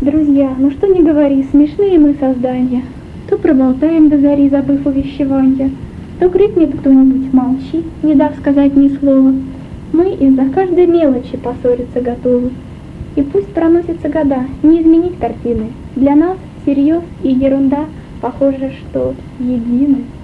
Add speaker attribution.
Speaker 1: Друзья, ну что не говори, смешные мы создания. То проболтаем до зари, забыв увещеванья, то крикнет кто-нибудь «молчи», не дав сказать ни слова. Мы из-за каждой мелочи поссориться готовы. И пусть проносятся года, не изменить картины. Для нас серьез и ерунда, похоже, что едины.